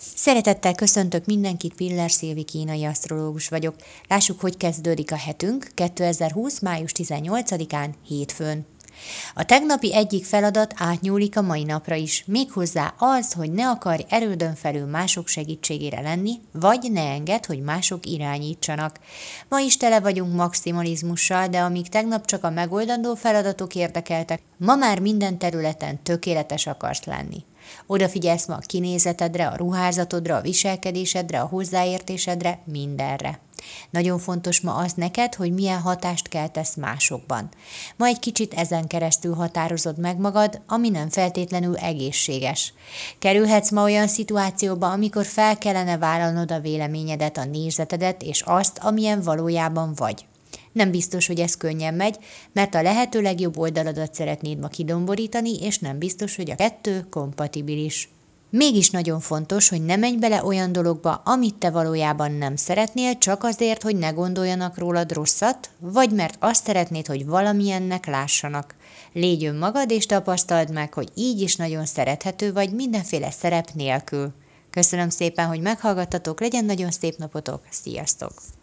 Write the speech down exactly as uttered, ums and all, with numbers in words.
Szeretettel köszöntök mindenkit, Piller Szilvi kínai asztrológus vagyok. Lássuk, hogy kezdődik a hetünk kétezer-húsz. május tizennyolcadikán, hétfőn. A tegnapi egyik feladat átnyúlik a mai napra is, méghozzá az, hogy ne akarj erődön felül mások segítségére lenni, vagy ne engedd, hogy mások irányítsanak. Ma is tele vagyunk maximalizmussal, de amíg tegnap csak a megoldandó feladatok érdekeltek, ma már minden területen tökéletes akarsz lenni. Odafigyelsz ma a kinézetedre, a ruházatodra, a viselkedésedre, a hozzáértésedre, mindenre. Nagyon fontos ma az neked, hogy milyen hatást keltesz másokban. Ma egy kicsit ezen keresztül határozod meg magad, ami nem feltétlenül egészséges. Kerülhetsz ma olyan szituációba, amikor fel kellene vállalnod a véleményedet, a nézetedet és azt, amilyen valójában vagy. Nem biztos, hogy ez könnyen megy, mert a lehető legjobb oldaladat szeretnéd ma kidomborítani, és nem biztos, hogy a kettő kompatibilis. Mégis nagyon fontos, hogy ne menj bele olyan dologba, amit te valójában nem szeretnél, csak azért, hogy ne gondoljanak rólad rosszat, vagy mert azt szeretnéd, hogy valamilyennek lássanak. Légy önmagad, és tapasztald meg, hogy így is nagyon szerethető vagy mindenféle szerep nélkül. Köszönöm szépen, hogy meghallgattatok, legyen nagyon szép napotok, sziasztok!